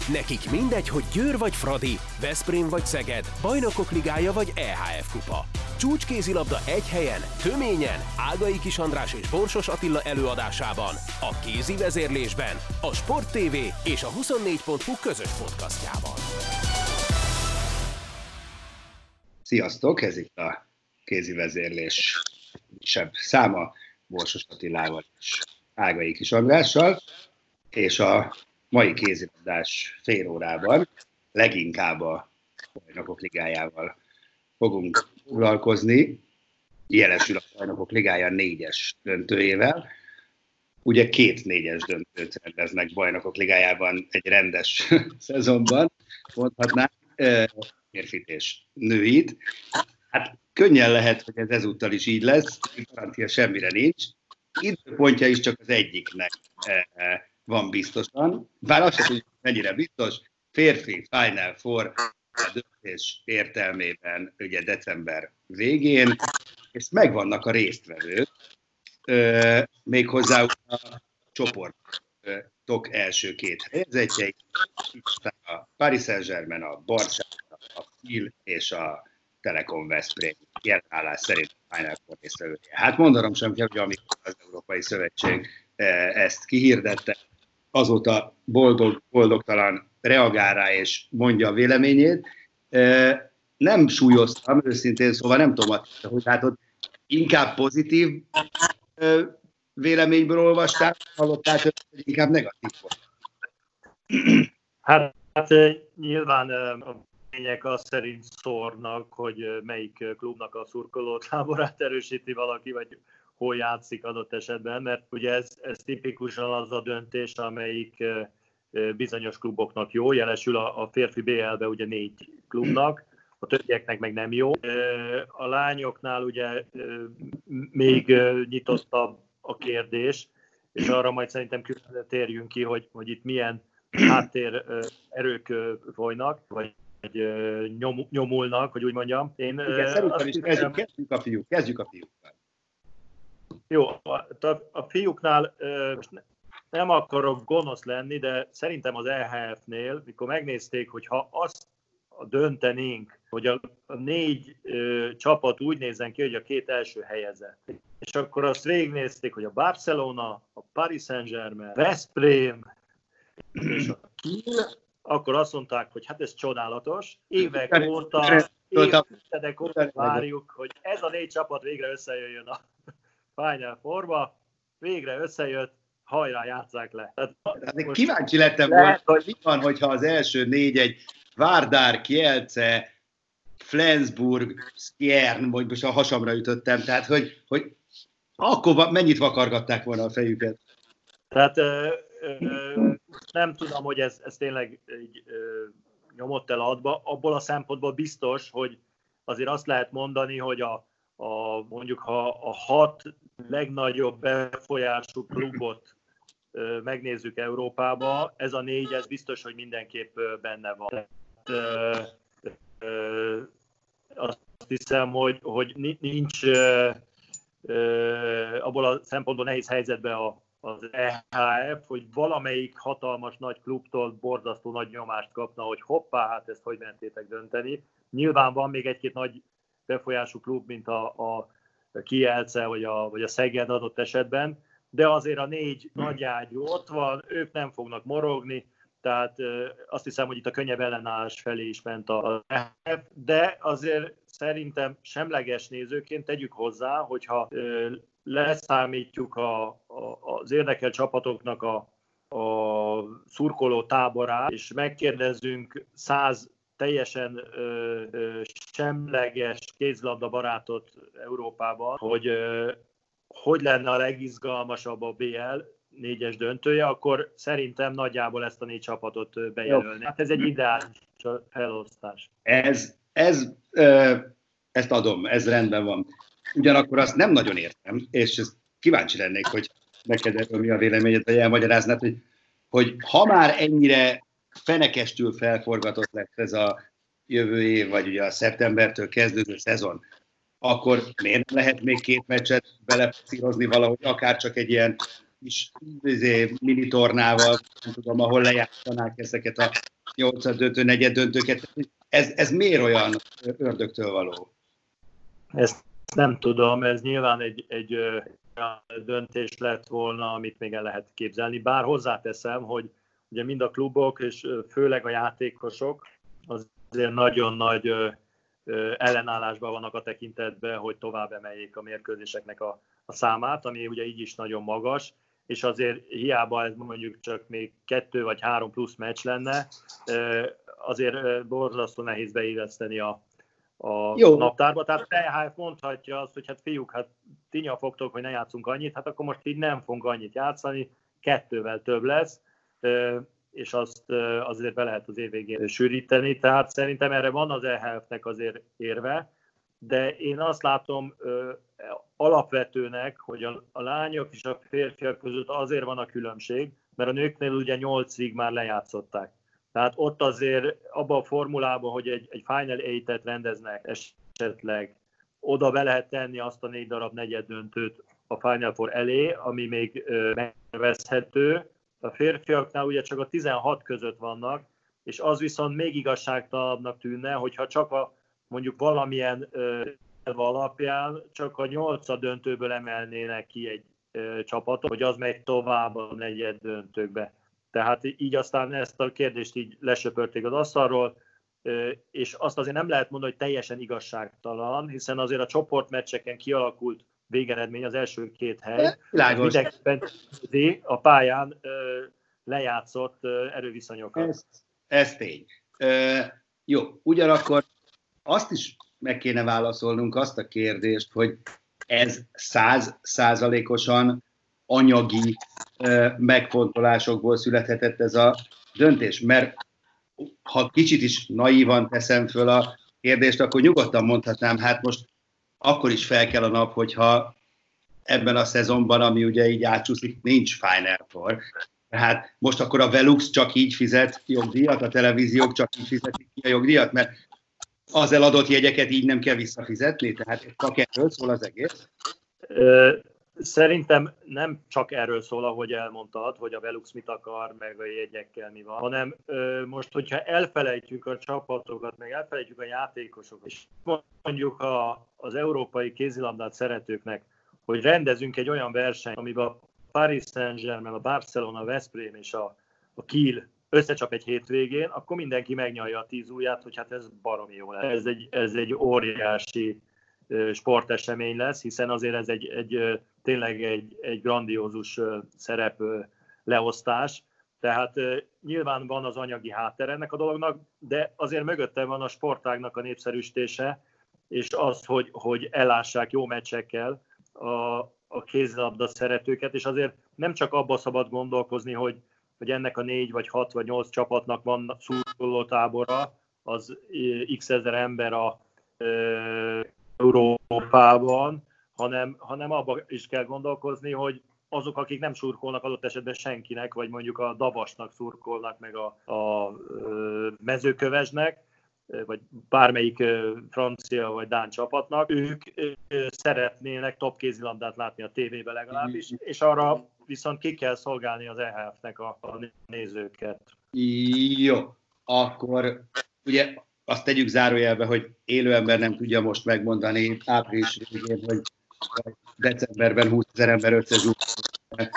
Nekik mindegy, hogy Győr vagy Fradi, Veszprém vagy Szeged, Bajnokok Ligája vagy EHF Kupa. Csúcskézilabda egy helyen, töményen, Ágai Kis András és Borsos Attila előadásában, a kézi vezérlésben, a Sport TV és a 24.hu közös podcastjában. Sziasztok, ez itt a kézi vezérlés száma Borsos Attilával és Ágai Kis Andrással, és a mai kézilabdás fél órában leginkább a Bajnokok Ligájával fogunk foglalkozni, jelesül a Bajnokok Ligája 4-es döntőjével. Ugye 2 4-es döntőt rendeznek Bajnokok Ligájában egy rendes szezonban, mondhatnánk, férfit és nőit. Hát könnyen lehet, hogy ez ezúttal is így lesz, garancia semmire nincs. Időpontja is csak az egyiknek van biztosan, bár azt sem tudjuk, mennyire biztos, férfi Final Four a döntés értelmében ugye december végén, és megvannak a résztvevők, méghozzá a csoportok első 2 helyezettjei, a Paris Saint-Germain, a Barcelona, a Kiel és a Telekom Veszprém jelenállás szerint a Final Four résztvevője. Hát mondanom sem kell, hogy amikor az Európai Szövetség ezt kihirdette, azóta boldogtalan reagál rá és mondja a véleményét. Nem súlyoztam, őszintén szóval nem tudom, hogy látod, inkább pozitív véleményből olvasták, hallották, hogy inkább negatív volt. Hát nyilván a lények azt szerint szórnak, hogy melyik klubnak a szurkolótáborát erősíti valaki, vagy hol játszik adott esetben, mert ugye ez tipikusan az a döntés, amelyik bizonyos kluboknak jó, jelesül a férfi BL-be ugye 4 klubnak, a többieknek meg nem jó. A lányoknál ugye még nyitottabb a kérdés, és arra majd szerintem külön térjünk ki, hogy itt milyen háttér erők folynak, vagy nyomulnak, hogy úgy mondjam. Igen, szerintem is kezdjük a fiúkkal. Jó, a fiúknál most nem akarok gonosz lenni, de szerintem az EHF-nél, mikor megnézték, hogy ha azt döntenénk, hogy a 4 csapat úgy nézzen ki, hogy a 2 első helyezett, és akkor azt végignézték, hogy a Barcelona, a Paris Saint-Germain, Veszprém és a Kiel, akkor azt mondták, hogy hát ez csodálatos. Évek óta várjuk, hogy ez a 4 csapat végre összejöjjön a Final Fourba, végre összejött, hajrá, játsszák le. Tehát kíváncsi lettem volna, hogy mi van, hogyha az első 4 egy Vardar, Kielce, Flensburg, Skjern, most a hasamra ütöttem, tehát hogy akkor mennyit vakargatták volna a fejüket? Tehát nem tudom, hogy ez tényleg így nyomott el adba. Abból a szempontból biztos, hogy azért azt lehet mondani, hogy mondjuk ha a 6 legnagyobb befolyású klubot megnézzük Európába, ez a 4, ez biztos, hogy mindenképp benne van. Azt hiszem, hogy nincs abból a szempontból nehéz helyzetben az EHF, hogy valamelyik hatalmas nagy klubtól borzasztó nagy nyomást kapna, hogy hoppá, hát ezt hogy mertétek dönteni. Nyilván van még egy-két nagy befolyású klub, mint a Kielce vagy a Szeged adott esetben, de azért a 4 nagyágyú ott van, ők nem fognak morogni, tehát azt hiszem, hogy itt a könnyebb ellenállás felé is ment az EHF, de azért szerintem semleges nézőként tegyük hozzá, hogyha leszámítjuk az érdekelt csapatoknak a szurkoló táborát, és megkérdezzünk 100 teljesen semleges kézilabda barátot Európában, hogy lenne a legizgalmasabb a BL 4-es döntője, akkor szerintem nagyjából ezt a 4 csapatot bejelölni. Hát ez egy ideális felosztás. Ezt adom, ez rendben van. Ugyanakkor azt nem nagyon értem, és kíváncsi lennék, hogy neked erről mi a véleményed, vagy elmagyaráznád, hogy ha már ennyire fenekestül felforgatott lesz ez a jövő év, vagy ugye a szeptembertől kezdődő szezon, akkor miért nem lehet még 2 meccset belepaszírozni valahogy, akár csak egy ilyen kis mini tornával, nem tudom, ahol lejátszanák ezeket a 8. döntő, 4. döntőket. Ez miért olyan ördögtől való? Ezt nem tudom, ez nyilván egy döntés lett volna, amit még el lehet képzelni. Bár hozzáteszem, hogy ugye mind a klubok, és főleg a játékosok azért nagyon nagy ellenállásban vannak a tekintetben, hogy tovább emeljék a mérkőzéseknek a számát, ami ugye így is nagyon magas, és azért hiába ez mondjuk csak még 2 vagy 3 plusz meccs lenne, azért borzasztó nehéz beilleszteni a naptárba. Tehát EHF mondhatja azt, hogy hát fiúk, hát ti nyafogtok, hogy ne játszunk annyit, hát akkor most így nem fogunk annyit játszani, 2-vel több lesz, és azt azért be lehet az év végén sűríteni. Tehát szerintem erre van az EHF-nek azért érve, de én azt látom alapvetőnek, hogy a lányok és a férfiak között azért van a különbség, mert a nőknél ugye 8-ig már lejátszották. Tehát ott azért abban a formulában, hogy egy Final 8-et rendeznek esetleg, oda be lehet tenni azt a 4 darab negyeddöntőt a Final Four elé, ami még megnevezhető. A férfiaknál ugye csak a 16 között vannak, és az viszont még igazságtalanabbnak tűnne, hogyha csak mondjuk valamilyen alapján csak a 8. döntőből emelnének ki egy csapatot, hogy az megy tovább a negyed döntőkbe. Tehát így aztán ezt a kérdést így lesöpörték az asztalról, és azt azért nem lehet mondani, hogy teljesen igazságtalan, hiszen azért a csoportmeccseken kialakult végeredmény az első 2 hely. Mindenképpen a pályán lejátszott erőviszonyokat. Ez tény. Jó, ugyanakkor azt is meg kéne válaszolnunk azt a kérdést, hogy ez 100%-osan anyagi megfontolásokból születhetett ez a döntés. Mert ha kicsit is naívan teszem föl a kérdést, akkor nyugodtan mondhatnám, hát most akkor is fel kell a nap, hogyha ebben a szezonban, ami ugye így átcsúszik, nincs Final Four. Tehát most akkor a Velux csak így fizet jogdíjat, a televíziók csak így fizetik ki a jogdíjat, mert az eladott jegyeket így nem kell visszafizetni? Tehát csak erről szól az egész? Szerintem nem csak erről szól, ahogy elmondtad, hogy a Velux mit akar, meg a jegyekkel mi van, hanem most, hogyha elfelejtjük a csapatokat, meg elfelejtjük a játékosokat, és mondjuk az európai kézilabdát szeretőknek, hogy rendezünk egy olyan versenyt, amiben a Paris Saint-Germain, a Barcelona, a Veszprém és a Kiel összecsap egy hétvégén, akkor mindenki megnyalja a 10 ujját, hogy hát ez baromi jó lesz. Ez egy óriási sportesemény lesz, hiszen azért ez tényleg egy grandiózus szerep leosztás. Tehát nyilván van az anyagi háttere ennek a dolognak, de azért mögötte van a sportágnak a népszerűsítése, és az, hogy ellássák jó meccsekkel a kézilabda szeretőket, és azért nem csak abba szabad gondolkozni, hogy ennek a 4 vagy 6 vagy 8 csapatnak van szurkolótábora, az x ezer ember Európában, hanem abban is kell gondolkozni, hogy azok, akik nem szurkolnak adott esetben senkinek, vagy mondjuk a Davasnak szurkolnak, meg a Mezőkövesnek, vagy bármelyik francia vagy dán csapatnak, ők szeretnének top kézilabdát látni a tévében legalábbis, és arra viszont ki kell szolgálni az EHF-nek a nézőket. Jó, akkor ugye azt tegyük zárójelbe, hogy élő ember nem tudja most megmondani április végén, hogy decemberben 20 000 ember összezsúfolja.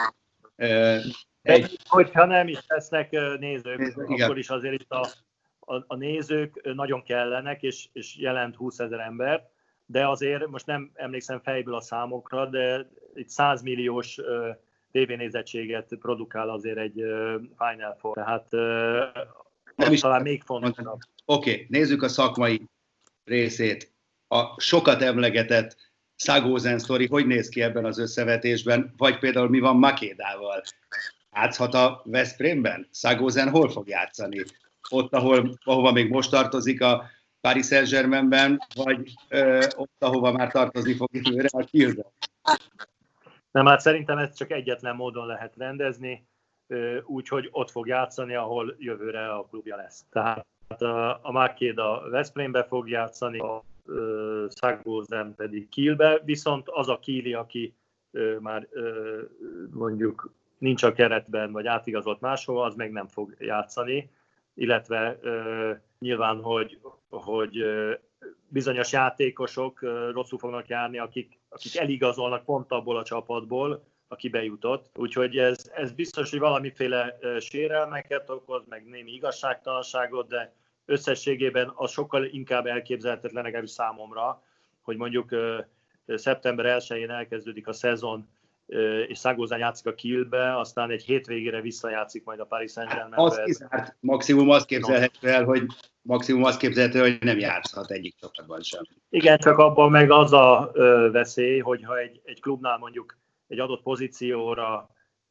Hogyha nem is lesznek nézők, akkor is azért itt a nézők nagyon kellenek, és jelent 20 000 ember, de azért most nem emlékszem fejből a számokra, de itt 100 milliós tévénézettséget produkál azért egy Final Four, tehát talán még fontosabb. Oké, nézzük a szakmai részét. A sokat emlegetett Sagózen sztori, hogy néz ki ebben az összevetésben, vagy például mi van Makédával? Játszhat a Veszprémben? Sagózen hol fog játszani? Ott, ahova még most tartozik a Paris Saint-Germainben, vagy ott, ahova már tartozni fog jövőre a Kielben? Nem, hát szerintem ezt csak egyetlen módon lehet rendezni, úgyhogy ott fog játszani, ahol jövőre a klubja lesz. Tehát a Makéda Veszprémbe fog játszani, a Sagózen pedig Kielbe, viszont az a Kieli, aki már mondjuk nincs a keretben, vagy átigazolt máshova, az meg nem fog játszani. illetve nyilván, hogy bizonyos játékosok rosszul fognak járni, akik eligazolnak pont abból a csapatból, aki bejutott. Úgyhogy ez biztos, hogy valamiféle sérelmeket okoz, meg némi igazságtalanságot, de összességében az sokkal inkább elképzelhetetlen, legalábbis számomra, hogy mondjuk szeptember 1-én elkezdődik a szezon, és Zaragoza játszik a Kielbe, aztán egy hétvégére visszajátszik majd a Paris Saint-Germainbe. Az kizárt, maximum azt képzelhető, hogy nem játszhat egyik csapatban sem. Igen, csak abban meg az a veszély, hogyha egy klubnál mondjuk egy adott pozícióra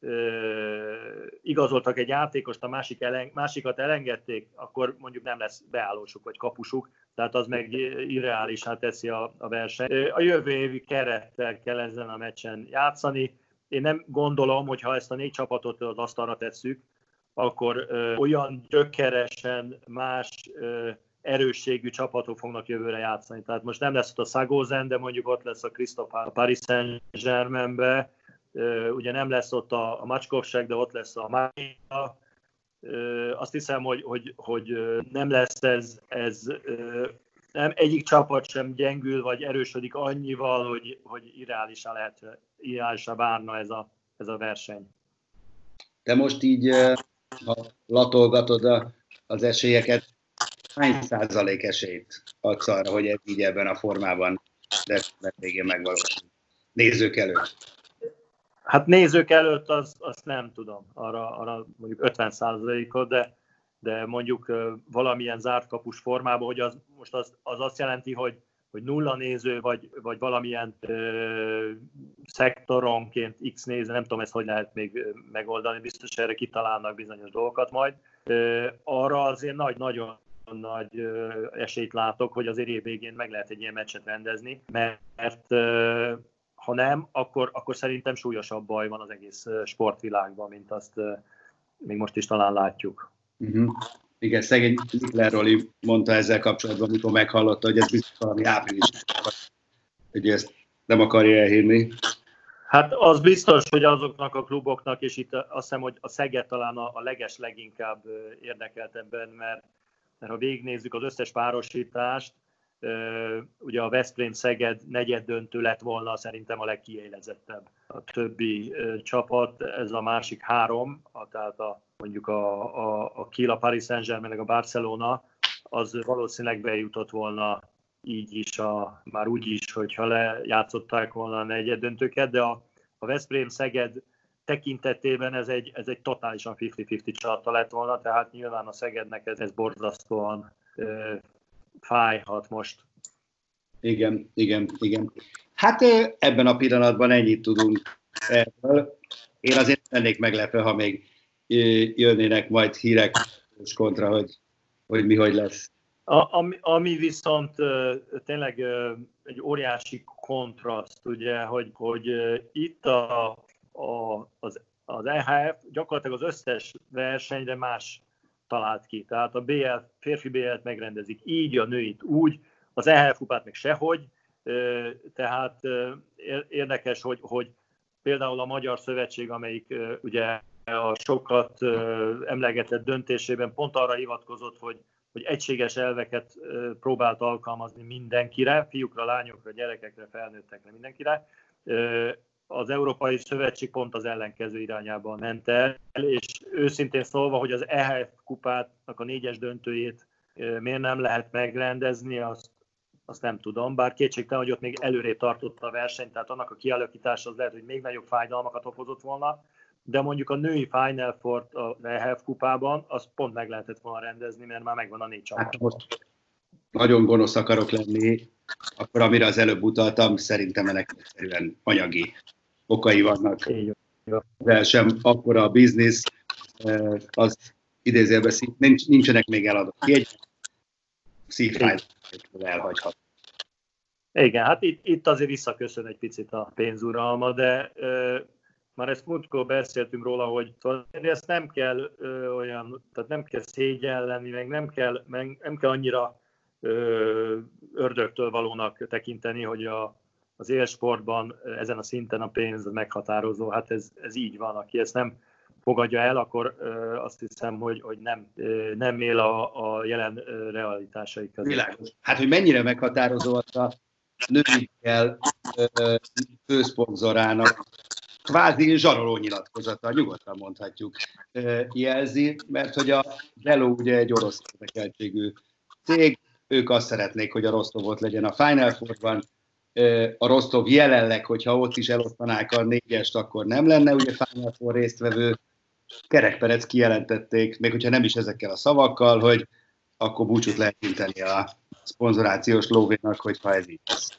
igazoltak egy játékost, a másikat elengedték, akkor mondjuk nem lesz beállósuk vagy kapusuk, tehát az meg irreálisá teszi a versenyt. A jövő évi kerettel kell ezen a meccsen játszani. Én nem gondolom, hogy ha ezt a 4 csapatot az asztalra tesszük, akkor olyan gyökeresen más erősségű csapatok fognak jövőre játszani. Tehát most nem lesz ott a Zaragoza, de mondjuk ott lesz a Cristobal Paris Saint-Germainbe, ugye nem lesz ott a Macskovság, de ott lesz a Mária. Azt hiszem, hogy nem lesz ez nem egyik csapat sem gyengül, vagy erősödik annyival, hogy irreálisá válna ez a verseny. De most így, ha latolgatod az esélyeket, hány százalék esélyt adsz arra, hogy ez így ebben a formában december végén megvalósul? Nézők előtt. Hát nézők előtt azt nem tudom, arra mondjuk 50%-ot, de mondjuk valamilyen zárt kapus formában, hogy az most az azt jelenti, hogy 0 néző, vagy valamilyen szektoronként X néző, nem tudom ezt hogy lehet még megoldani, biztos erre kitalálnak bizonyos dolgokat majd. Arra azért nagyon nagy esélyt látok, hogy azért év végén meg lehet egy ilyen meccset rendezni, mert ha nem, akkor szerintem súlyosabb baj van az egész sportvilágban, mint azt még most is talán látjuk. Uh-huh. Igen, szegény Hitler Roli mondta ezzel kapcsolatban, amikor meghallotta, hogy ez biztos valami április, hogy ezt nem akarja elhinni. Hát az biztos, hogy azoknak a kluboknak, és itt azt hiszem, hogy a Szeged talán a leginkább érdekelt ebben, mert ha végignézzük az összes párosítást, ugye a Veszprém-Szeged negyeddöntő lett volna szerintem a legkiélezettebb. A többi csapat, ez a másik 3, tehát mondjuk a Kiel, a Paris Saint-Germain, a Barcelona, az valószínűleg bejutott volna így is, már úgy is, hogyha lejátszották volna a negyeddöntőket, de a Veszprém-Szeged tekintetében ez egy totálisan 50-50 csata lett volna, tehát nyilván a Szegednek ez borzasztóan fájhat most. Igen. Hát ebben a pillanatban ennyit tudunk erről. Én azért lennék meglepve, ha még jönnének majd hírek és kontra, hogy mi hogy lesz. Ami viszont tényleg egy óriási kontraszt, ugye, hogy itt az EHF gyakorlatilag az összes versenyre más talált ki. Tehát a férfi BL-t megrendezik így, a nőit úgy, az EHF kupát meg sehogy. Tehát érdekes, hogy például a Magyar Szövetség, amelyik ugye a sokat emlegetett döntésében pont arra hivatkozott, hogy egységes elveket próbált alkalmazni mindenkire, fiúkra, lányokra, gyerekekre, felnőttekre, mindenkire. Az Európai Szövetség pont az ellenkező irányában ment el, és őszintén szólva, hogy az EHF kupátnak a 4-es döntőjét miért nem lehet megrendezni, azt nem tudom, bár kétségtelen, hogy ott még előrébb tartotta a versenyt, tehát annak a kialakítása az lehet, hogy még nagyobb fájdalmakat okozott volna, de mondjuk a női Final Four-t a EHF kupában, azt pont meg lehetett volna rendezni, mert már megvan a 4 csapat. Hát most nagyon gonosz akarok lenni, akkor amire az előbb utaltam, szerintem ennek egyszerűen anyagi okai vannak. De sem akkora a biznisz, az idézőjelben nincsenek még eladott ki, szívfájdalmat elhagyhat. Igen, hát itt azért visszaköszön egy picit a pénzuralma, de már ezt múltkor beszéltünk róla, hogy ezt nem kell tehát nem kell szégyellenni, meg nem kell annyira ördögtől valónak tekinteni, hogy az élsportban ezen a szinten a pénz meghatározó. Hát ez így van, aki ezt fogadja el, akkor azt hiszem, hogy nem él a jelen realitásai között. Világos. Hát, hogy mennyire meghatározó az a nőikkel főszponzorának kvázi zsaroló nyilatkozata, nyugodtan mondhatjuk, jelzi, mert hogy a Delo ugye egy orosz érdekeltségű cég, ők azt szeretnék, hogy a Rostovot legyen a Final Fourban. A Rostov jelenleg, hogyha ott is elosztanák a 4-est, akkor nem lenne ugye Final Four résztvevő. Kerekperec kijelentették, még hogyha nem is ezekkel a szavakkal, hogy akkor búcsút lehet inteni a szponzorációs lóvénak, hogyha ez így lesz.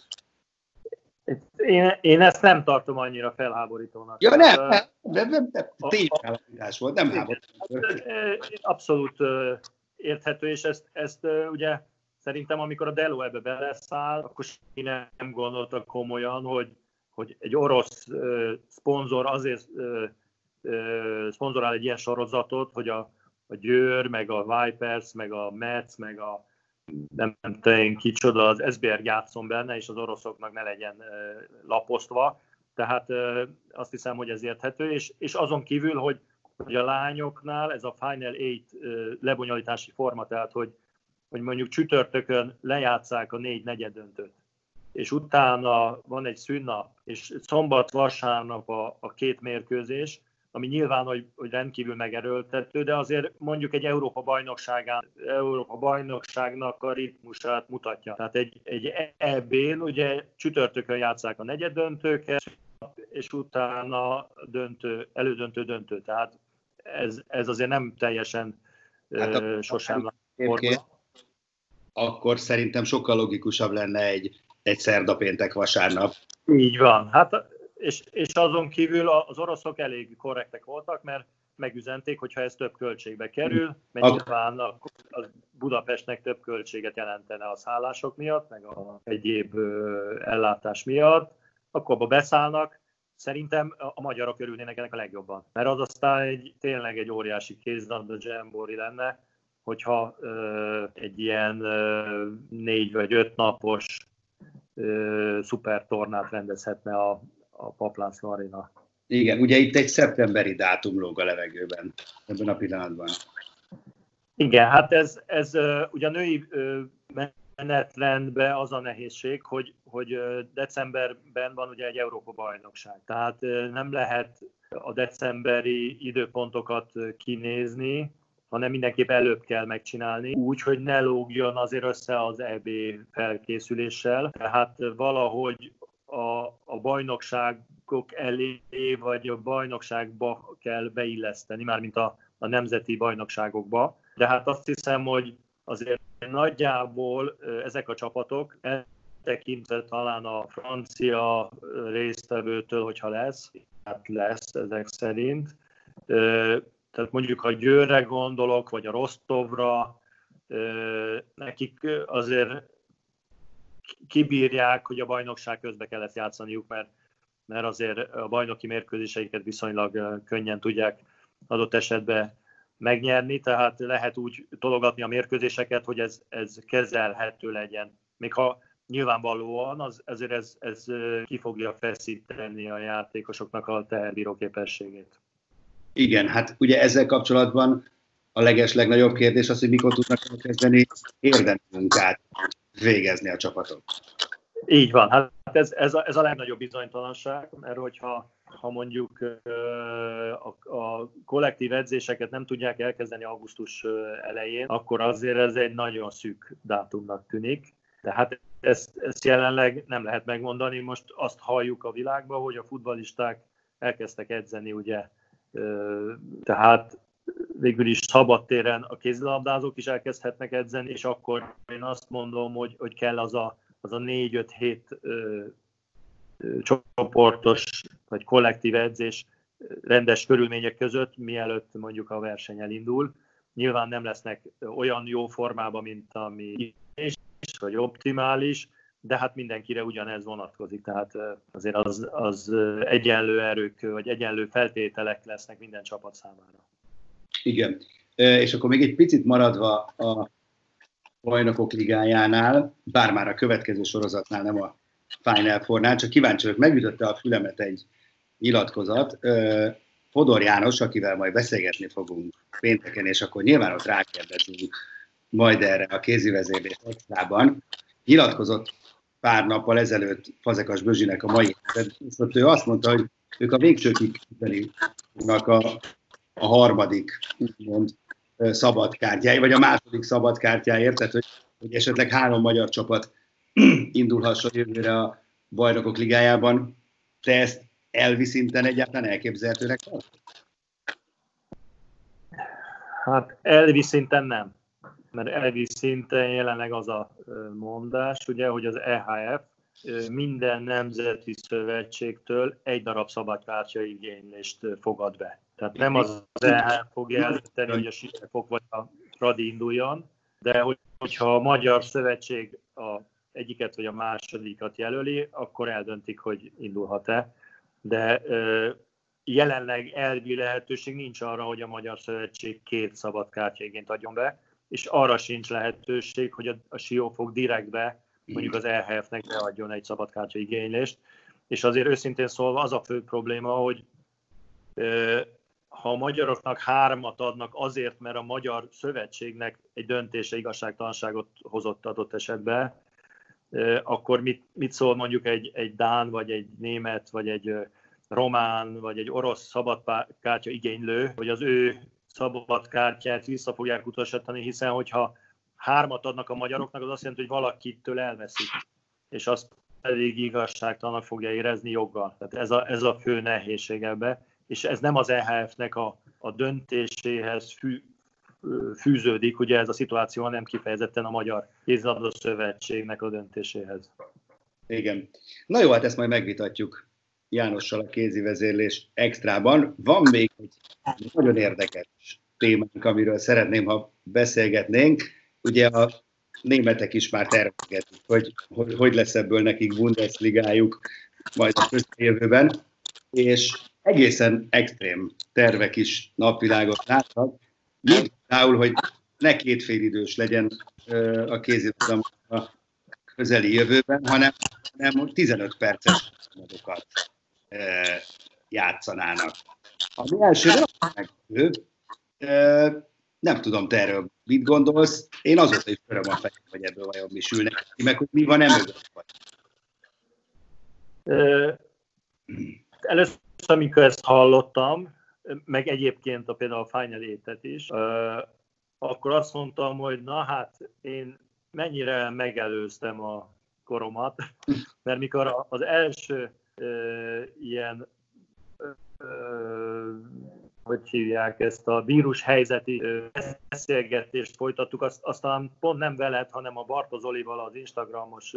Én ezt nem tartom annyira felháborítónak. Ja, nem, tényfelháborítás volt, nem háborító. Abszolút érthető, és ezt ugye szerintem, amikor a Delo ebbe beleszáll, akkor nem gondoltak komolyan, hogy egy orosz szponzor azért szponzorál egy ilyen sorozatot, hogy a Győr, meg a Vipers, meg a Metz, meg a nem tudom kicsoda, az SBR játszon benne, és az oroszoknak ne legyen laposztva. Tehát azt hiszem, hogy ez érthető, és azon kívül, hogy a lányoknál ez a Final 8 lebonyolítási forma, tehát hogy mondjuk csütörtökön lejátsszák a 4 negyeddöntőt, és utána van egy szünnap, és szombat-vasárnap a 2 mérkőzés, ami nyilván, hogy rendkívül megerőltető, de azért mondjuk egy Európa bajnokságnak a ritmusát mutatja. Tehát egy EB-n ugye csütörtökön játsszák a negyeddöntőket, és utána elődöntő. Tehát ez azért nem teljesen sosem forma. Akkor szerintem sokkal logikusabb lenne egy szerda-péntek-vasárnap. Így van. Hát, és azon kívül az oroszok elég korrektek voltak, mert megüzenték, hogyha ez több költségbe kerül, mert nyilván a Budapestnek több költséget jelentene a szállások miatt, meg a egyéb ellátás miatt, akkor abba beszállnak. Szerintem a magyarok örülnének ennek a legjobban. Mert az aztán tényleg egy óriási kézilabda dzsambori lenne, hogyha egy ilyen 4 vagy 5 napos szuper tornát rendezhetne a Paplánszka Arena. Igen, ugye itt egy szeptemberi dátum lóg a levegőben ebben a pillanatban. Igen, hát ez ugye a női menetrendben az a nehézség, hogy decemberben van ugye egy Európa-bajnokság. Tehát nem lehet a decemberi időpontokat kinézni, hanem mindenképp előbb kell megcsinálni, úgy, hogy ne lógjon azért össze az EB felkészüléssel. Tehát valahogy a bajnokságok elé, vagy a bajnokságba kell beilleszteni, mármint a nemzeti bajnokságokba. De hát azt hiszem, hogy azért nagyjából ezek a csapatok, eltekintve talán a francia résztvevőtől, hogyha lesz, hát lesz ezek szerint. Tehát mondjuk ha Győrre gondolok, vagy a Rostovra, nekik azért kibírják, hogy a bajnokság közben kellett játszaniuk, mert azért a bajnoki mérkőzéseiket viszonylag könnyen tudják adott esetben megnyerni, tehát lehet úgy tologatni a mérkőzéseket, hogy ez kezelhető legyen. Még ha nyilvánvalóan ezért ez ki fogja feszíteni a játékosoknak a teherbíró képességét. Igen, hát ugye ezzel kapcsolatban a legnagyobb kérdés az, hogy mikor tudnak elkezdeni érdemi munkát végezni a csapatok. Így van, hát ez a legnagyobb bizonytalanság, mert hogyha mondjuk a kollektív edzéseket nem tudják elkezdeni augusztus elején, akkor azért ez egy nagyon szűk dátumnak tűnik. Tehát ezt jelenleg nem lehet megmondani. Most azt halljuk a világban, hogy a futballisták elkezdtek edzeni, ugye, tehát végül is szabadtéren a kézilabdázók is elkezdhetnek edzeni, és akkor én azt mondom, hogy kell az a 4-5 hét csoportos vagy kollektív edzés rendes körülmények között, mielőtt mondjuk a verseny elindul. Nyilván nem lesznek olyan jó formában, mint ami is, vagy optimális, de hát mindenkire ugyanez vonatkozik, tehát azért az egyenlő erők, vagy egyenlő feltételek lesznek minden csapat számára. Igen, és akkor még egy picit maradva a Bajnokok Ligájánál, bár már a következő sorozatnál, nem a Final Fournál, csak kíváncsi vagyok, megütötte a fülemet egy nyilatkozat Fodor János, akivel majd beszélgetni fogunk pénteken, és akkor nyilván ott rákérdezünk majd erre a kézivezérlés extrában, nyilatkozott pár nappal ezelőtt Fazekas Bözsinek a mai és ott ő azt mondta, hogy ők a végsőkig küzdenek a harmadik úgymond szabadkártyája, vagy a második szabadkártyáért, tehát hogy esetleg 3 magyar csapat indulhasson jövőre a Bajnokok Ligájában. Te ezt elvi szinten egyáltalán elképzelhetőnek tartod? Hát elvi szinten nem. Mert elvi szinten jelenleg az a mondás, ugye, hogy az EHF minden nemzeti szövetségtől egy darab szabadkártya igénylést fogad be. Tehát nem az EHF fogja eldönteni, hogy a Siófok vagy a Fradi induljon, de hogyha a Magyar Szövetség egyiket vagy a másodikat jelöli, akkor eldöntik, hogy indulhat-e. De jelenleg elvi lehetőség nincs arra, hogy a Magyar Szövetség 2 szabadkártya igényt adjon be, és arra sincs lehetőség, hogy a Siófok direktbe mondjuk az EHF-nek beadjon egy szabadkártya igénylést. És azért őszintén szólva az a fő probléma, hogy ha a magyaroknak 3-at adnak azért, mert a Magyar Szövetségnek egy döntése igazságtalanságot hozott adott esetben, akkor mit szól mondjuk egy dán, vagy egy német, vagy egy román, vagy egy orosz szabadkártya igénylő, hogy az ő szabadkártyát vissza fogják utasítani, hiszen hogyha 3-at adnak a magyaroknak, az azt jelenti, hogy valakitől elveszik, és azt pedig igazságtalannak fogja érezni joggal. Tehát ez a fő nehézség ebbe, és ez nem az EHF-nek a döntéséhez fűződik, ugye ez a szituáció nem kifejezetten a Magyar Kézilabda Szövetségnek a döntéséhez. Igen. Na jó, hát ezt majd megvitatjuk Jánossal a kézivezérlés extrában. Van még egy nagyon érdekes témánk, amiről szeretném, ha beszélgetnénk. Ugye a németek is már tervezgetik, hogy lesz ebből nekik Bundesligájuk majd a közeljövőben, és egészen extrém tervek is napvilágot látnak. Mint például, hogy ne 2 félidős legyen a kézilabda a közeli jövőben, hanem 15 perces modokat játszanának. Ami elsőre meglepő, nem tudom, te erről mit gondolsz. Én azóta is köröm a fejem, hogy ebből vajon mi sülnek ki, meg hogy mi van emögött. Először, amikor ezt hallottam, meg egyébként például a Final 8-et is, akkor azt mondtam, hogy na hát én mennyire megelőztem a koromat, mert mikor az első ilyen, hogy hívják ezt, a vírus helyzeti beszélgetést folytattuk, aztán pont nem veled, hanem a Bartos Zolival az Instagramos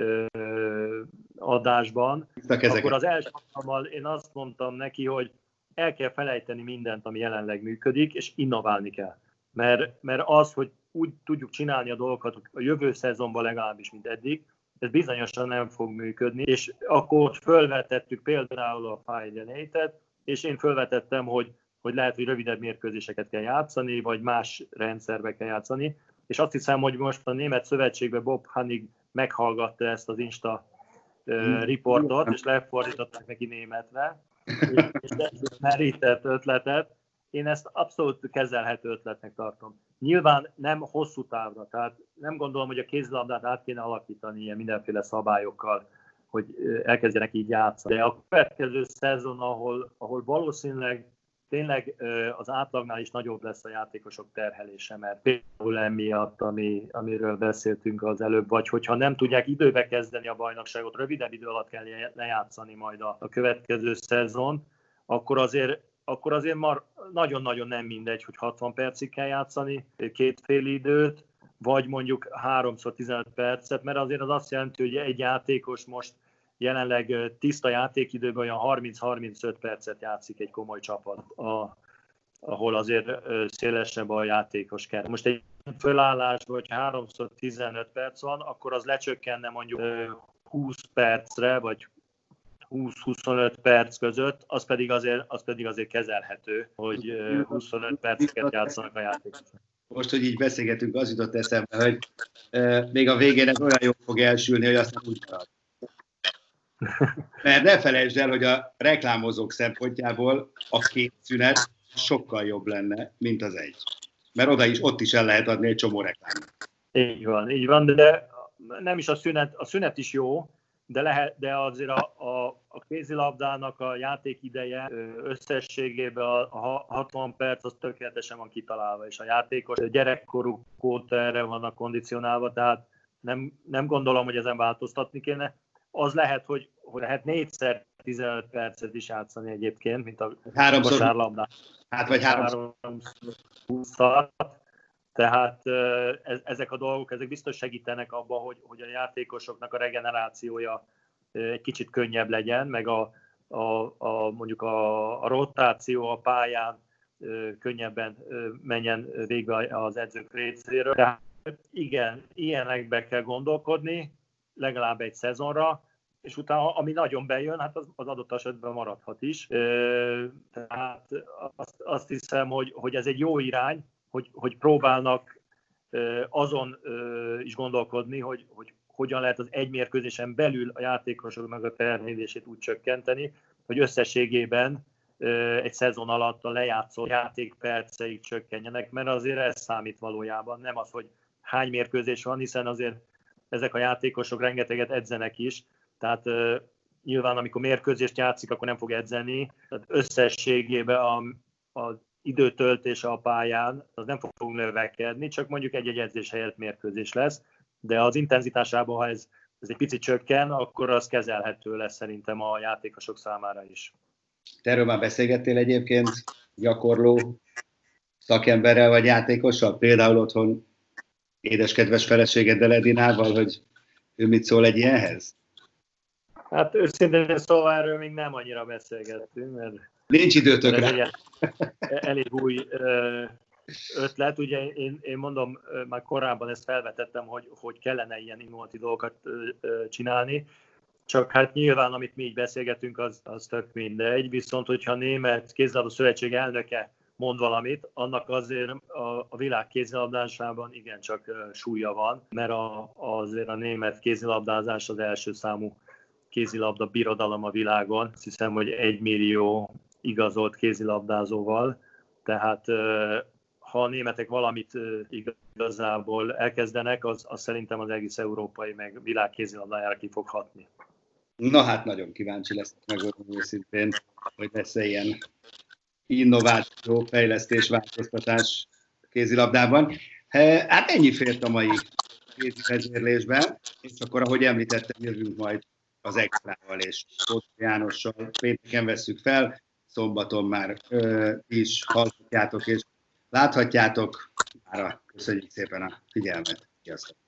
adásban, akkor az első alkalommal én azt mondtam neki, hogy el kell felejteni mindent, ami jelenleg működik, és innoválni kell. Mert az, hogy úgy tudjuk csinálni a dolgokat a jövő szezonban legalábbis, mint eddig, ez bizonyosan nem fog működni. És akkor fölvetettük például a Final 8-et, és én fölvetettem, hogy lehet, hogy rövidebb mérkőzéseket kell játszani, vagy más rendszerbe kell játszani. És azt hiszem, hogy most a Német Szövetségben Bob Hannig meghallgatta ezt az Insta riportot, és lefordították neki németre, és merített ötletet. Én ezt abszolút kezelhető ötletnek tartom. Nyilván nem hosszú távra, tehát nem gondolom, hogy a kézilabdát át kéne alakítani ilyen mindenféle szabályokkal, hogy elkezdjenek így játszani. De a következő szezon, ahol valószínűleg tényleg az átlagnál is nagyobb lesz a játékosok terhelése, mert például emiatt, amiről beszéltünk az előbb, vagy hogyha nem tudják időbe kezdeni a bajnokságot, rövidebb idő alatt kell lejátszani majd a következő szezon, akkor azért már nagyon-nagyon nem mindegy, hogy 60 percig kell játszani, 2 fél időt, vagy mondjuk 3x15 percet, mert azért az azt jelenti, hogy egy játékos most jelenleg tiszta játékidőben olyan 30-35 percet játszik egy komoly csapat, ahol azért szélesebb a játékos keret. Most egy fölállásban, hogy 3x15 perc van, akkor az lecsökkenne mondjuk 20 percre, vagy 20-25 perc között, az pedig azért kezelhető, hogy 25 perceket játszanak a játékosok. Most, hogy így beszélgetünk, az jutott eszembe, hogy még a végén ez olyan jól fog elsülni, hogy aztán úgy marad. Mert ne felejtsd el, hogy a reklámozók szempontjából a 2 szünet sokkal jobb lenne, mint az 1. Mert ott is el lehet adni egy csomó reklámot. Így van, de nem is a szünet is jó, de azért a kézilabdának a játékideje összességében a 60 perc az tökéletesen van kitalálva, és a játékos gyerekkoruk óta erre vannak kondicionálva, tehát nem gondolom, hogy ezen változtatni kéne. Az lehet, hogy lehet 4x 15 percet is játszani egyébként, mint a kosárlabdán. Hát vagy 3x20-at. Tehát ezek a dolgok, ezek biztos segítenek abban, hogy a játékosoknak a regenerációja egy kicsit könnyebb legyen, meg mondjuk a rotáció a pályán könnyebben menjen végbe az edzők részéről. Tehát igen, ilyenekbe kell gondolkodni, legalább egy szezonra, és utána, ami nagyon bejön, hát az adott esetben maradhat is. Tehát azt hiszem, hogy ez egy jó irány, hogy próbálnak azon is gondolkodni, hogy hogyan lehet az egy mérkőzésen belül a játékosoknak a terhelését úgy csökkenteni, hogy összességében egy szezon alatt a lejátszott játékperceik csökkenjenek, mert azért ez számít valójában, nem az, hogy hány mérkőzés van, hiszen azért ezek a játékosok rengeteget edzenek is, tehát nyilván amikor mérkőzést játszik, akkor nem fog edzeni, tehát összességében az időtöltése a pályán az nem fog növekedni, csak mondjuk egy edzés helyett mérkőzés lesz, de az intenzitásában, ha ez egy picit csökken, akkor az kezelhető lesz szerintem a játékosok számára is. Te erről már beszélgettél egyébként gyakorló szakemberrel vagy játékossal? Például otthon édeskedves feleségeddel, Edinával, hogy ő mit szól egy ilyenhez? Hát őszintén szóval erről még nem annyira beszélgettünk, mert nincs időtök rá. Elég új ötlet. Ugye én mondom, már korábban ezt felvetettem, hogy kellene ilyen innovatív dolgokat csinálni, csak hát nyilván, amit mi így beszélgetünk, az tök mindegy, viszont hogyha a Német Kézilabda Szövetség elnöke mond valamit, annak azért a világ kézilabdásában igencsak súlya van, mert azért a német kézilabdázás az első számú kézilabda birodalom a világon. Azt hiszem, hogy 1 millió igazolt kézilabdázóval, tehát ha a németek valamit igazából elkezdenek, az szerintem az egész európai meg világ kézilabdájára ki fog hatni. Na hát nagyon kíváncsi leszek megmondani őszintén, hogy lesz-e ilyen innováció, fejlesztés, változtatás kézilabdában. Hát ennyi fért a mai kézivezérlésben, és akkor, ahogy említettem, jövünk majd az Extrával és Kóta Jánossal. Pénteken vesszük fel, szombaton már is hallhatjátok és láthatjátok. Mára köszönjük szépen a figyelmet. Sziasztok!